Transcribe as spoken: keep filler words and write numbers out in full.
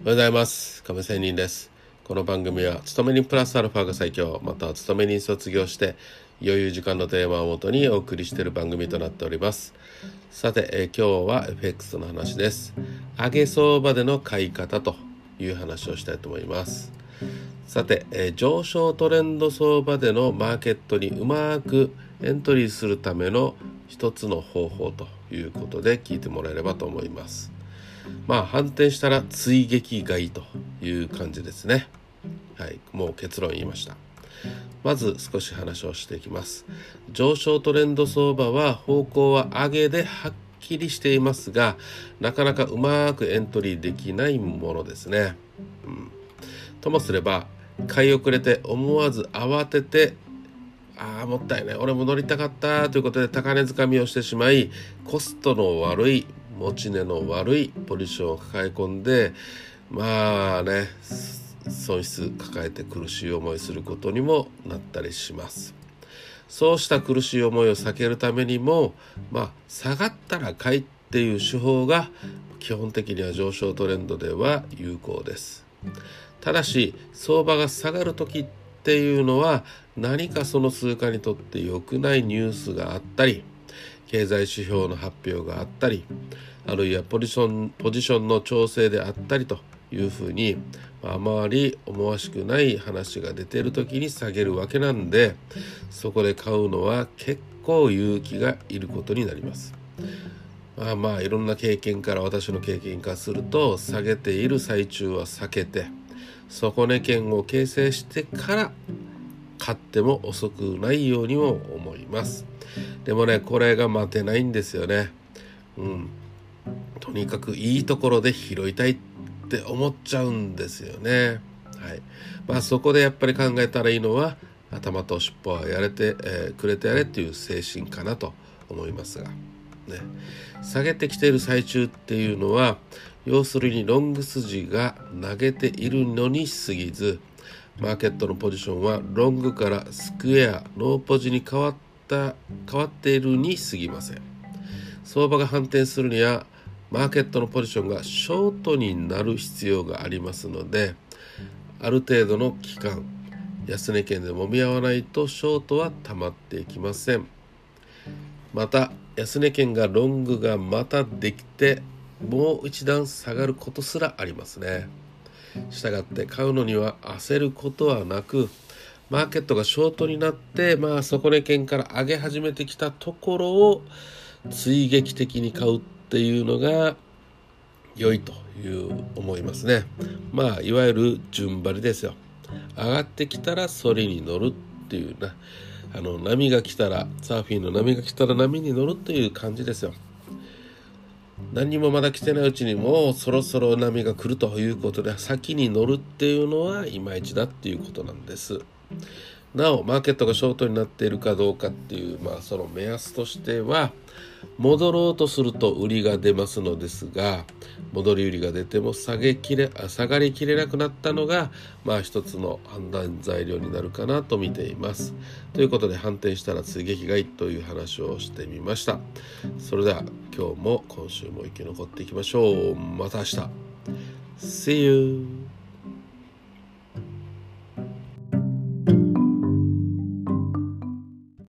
おはようございます。亀仙人です。この番組は勤め人プラスアルファが最強、または勤め人卒業して余裕時間のテーマをもとにお送りしている番組となっております。さて、え今日は エフエックス の話です。上げ相場での買い方という話をしたいと思います。さて、え上昇トレンド相場でのマーケットにうまくエントリーするための一つの方法ということで聞いてもらえればと思います。まあ反転したら追撃買いという感じですね。はい、もう結論言いました。まず少し話をしていきます。上昇トレンド相場は方向は上げではっきりしていますが、なかなかうまくエントリーできないものですね。うん、ともすれば買い遅れて思わず慌ててああもったいない俺も乗りたかったということで高値掴みをしてしまい、コストの悪い持ち値の悪いポジションを抱え込んで、まあね損失抱えて苦しい思いすることにもなったりします。そうした苦しい思いを避けるためにも、まあ下がったら買いっていう手法が基本的には上昇トレンドでは有効です。ただし相場が下がる時っていうのは何かその通貨にとって良くないニュースがあったり、経済指標の発表があったり、あるいはポジション、ポジションの調整であったりというふうに、あまり思わしくない話が出ている時に下げるわけなんで、そこで買うのは結構勇気がいることになります。まあまあいろんな経験から私の経験からすると、下げている最中は避けて底値圏を形成してから買っても遅くないようにも思います。でもねこれが待てないんですよね。うんとにかくいいところで拾いたいって思っちゃうんですよね。はい。まあそこでやっぱり考えたらいいのは頭と尻尾はやれて、えー、くれてやれっていう精神かなと思いますが、ね、下げてきている最中っていうのは要するにロング筋が投げているのに過ぎず、マーケットのポジションはロングからスクエアノーポジに変わった変わっているに過ぎません。相場が反転するにはマーケットのポジションがショートになる必要がありますので、ある程度の期間安値圏で揉み合わないとショートは溜まっていきません。また安値圏がロングがまたできてもう一段下がることすらありますね。したがって買うのには焦ることはなく、マーケットがショートになってまあ底値圏から上げ始めてきたところを追撃的に買うっていうのが良いという思いますね。まあいわゆる順張りですよ。上がってきたらそれに乗るっていうな、あの波が来たらサーフィンの波が来たら波に乗るという感じですよ。何にもまだ来てないうちにもうそろそろ波が来るということで先に乗るっていうのはいまいちだっていうことなんです。なおマーケットがショートになっているかどうかっていう、まあその目安としては戻ろうとすると売りが出ますのですが、戻り売りが出ても下げきれ下がりきれなくなったのがまあ一つの判断材料になるかなと見ています。ということで反転したら追撃買いという話をしてみました。それでは今日も今週も生き残っていきましょう。また明日 See you